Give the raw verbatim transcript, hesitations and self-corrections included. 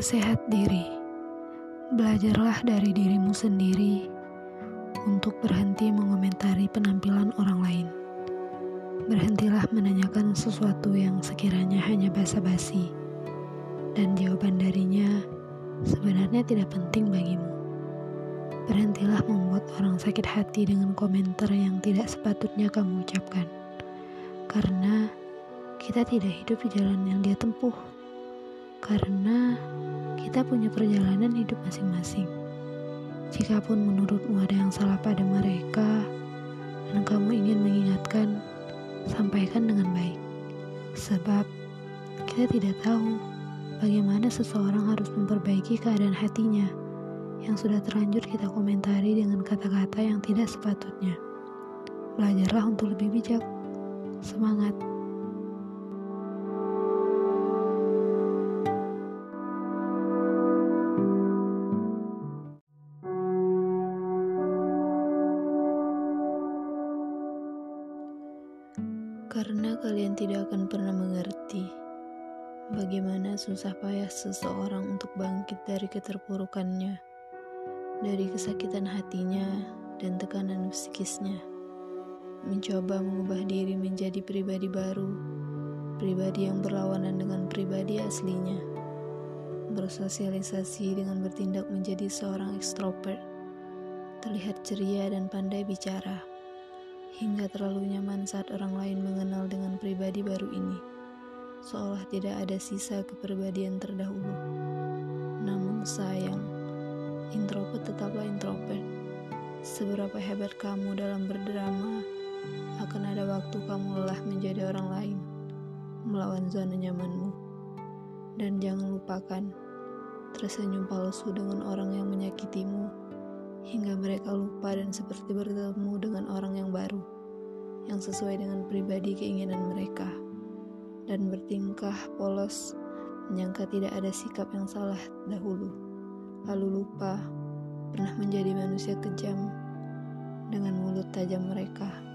Nasihat diri. Belajarlah dari dirimu sendiri untuk berhenti mengomentari penampilan orang lain. Berhentilah menanyakan sesuatu yang sekiranya hanya basa-basi, dan jawaban darinya sebenarnya tidak penting bagimu. Berhentilah membuat orang sakit hati dengan komentar yang tidak sepatutnya kamu ucapkan, karena kita tidak hidup di jalan yang dia tempuh. Karena kita punya perjalanan hidup masing-masing. Jikapun menurutmu ada yang salah pada mereka dan kamu ingin mengingatkan, sampaikan dengan baik. Sebab kita tidak tahu bagaimana seseorang harus memperbaiki keadaan hatinya yang sudah terlanjur kita komentari dengan kata-kata yang tidak sepatutnya. Belajarlah untuk lebih bijak. Semangat! Karena kalian tidak akan pernah mengerti bagaimana susah payah seseorang untuk bangkit dari keterpurukannya, dari kesakitan hatinya dan tekanan psikisnya, mencoba mengubah diri menjadi pribadi baru, pribadi yang berlawanan dengan pribadi aslinya, bersosialisasi dengan bertindak menjadi seorang ekstrovert, terlihat ceria dan pandai bicara, hingga terlalu nyaman saat orang lain mengenal dengan pribadi baru ini, seolah tidak ada sisa kepribadian terdahulu. Namun sayang, introvert tetaplah introvert. Seberapa hebat kamu dalam berdrama, akan ada waktu kamu lelah menjadi orang lain, melawan zona nyamanmu. Dan jangan lupakan, tersenyum palsu dengan orang yang menyakitimu, hingga mereka lupa dan seperti bertemu dengan orang yang baru, yang sesuai dengan pribadi keinginan mereka, dan bertingkah polos, menyangka tidak ada sikap yang salah dahulu, lalu lupa pernah menjadi manusia kejam dengan mulut tajam mereka.